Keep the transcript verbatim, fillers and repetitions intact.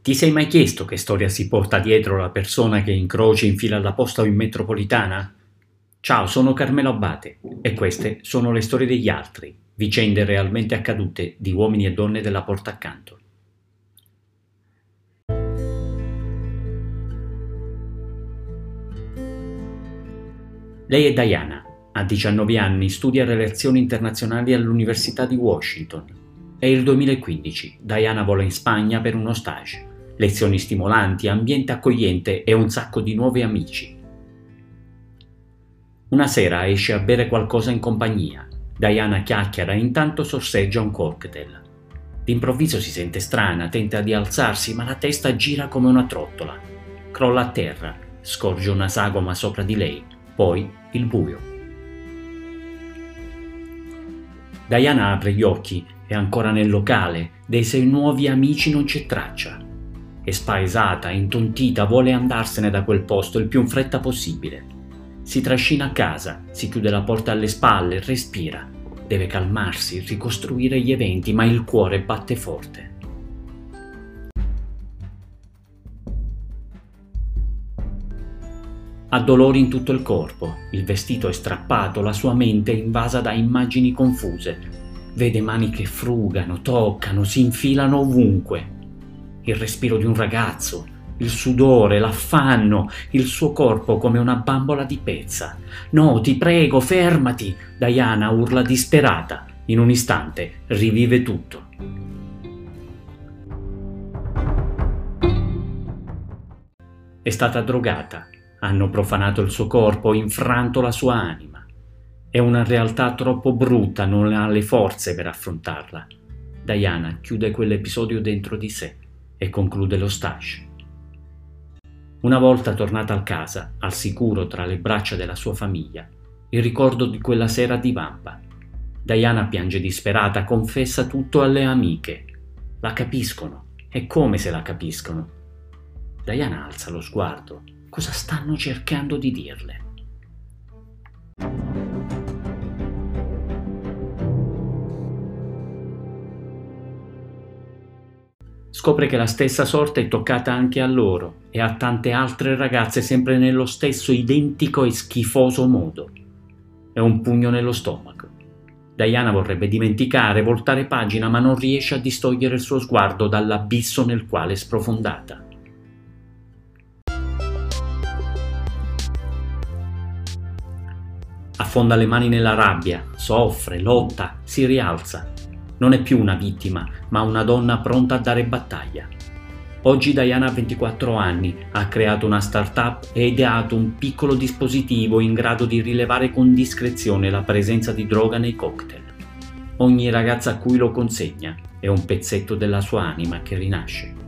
Ti sei mai chiesto che storia si porta dietro la persona che incrocia in fila alla posta o in metropolitana? Ciao, sono Carmelo Abate e queste sono le storie degli altri, vicende realmente accadute di uomini e donne della porta accanto. Lei è Diana, ha diciannove anni, studia relazioni internazionali all'Università di Washington. È il duemilaquindici, Diana vola in Spagna per uno stage. Lezioni stimolanti, ambiente accogliente e un sacco di nuovi amici. Una sera esce a bere qualcosa in compagnia. Diana chiacchiera e intanto sorseggia un cocktail. D'improvviso si sente strana, tenta di alzarsi, ma la testa gira come una trottola. Crolla a terra, scorge una sagoma sopra di lei, poi il buio. Diana apre gli occhi, è ancora nel locale, dei suoi nuovi amici non c'è traccia. È spaesata, intontita, vuole andarsene da quel posto il più in fretta possibile. Si trascina a casa, si chiude la porta alle spalle, respira. Deve calmarsi, ricostruire gli eventi, ma il cuore batte forte. Ha dolori in tutto il corpo, il vestito è strappato, la sua mente è invasa da immagini confuse. Vede mani che frugano, toccano, si infilano ovunque. Il respiro di un ragazzo, il sudore, l'affanno, il suo corpo come una bambola di pezza. No, ti prego, fermati! Diana urla disperata. In un istante rivive tutto. È stata drogata. Hanno profanato il suo corpo, infranto la sua anima. È una realtà troppo brutta, non ha le forze per affrontarla. Diana chiude quell'episodio dentro di sé e conclude lo stage. Una volta tornata a casa, al sicuro tra le braccia della sua famiglia, il ricordo di quella sera divampa. Diana piange disperata, confessa tutto alle amiche. La capiscono, è come se la capiscono. Diana alza lo sguardo. Cosa stanno cercando di dirle? Scopre che la stessa sorte è toccata anche a loro e a tante altre ragazze sempre nello stesso identico e schifoso modo. È un pugno nello stomaco. Diana vorrebbe dimenticare, voltare pagina, ma non riesce a distogliere il suo sguardo dall'abisso nel quale è sprofondata. Affonda le mani nella rabbia, soffre, lotta, si rialza. Non è più una vittima, ma una donna pronta a dare battaglia. Oggi Diana ha ventiquattro anni, ha creato una startup e ideato un piccolo dispositivo in grado di rilevare con discrezione la presenza di droga nei cocktail. Ogni ragazza a cui lo consegna è un pezzetto della sua anima che rinasce.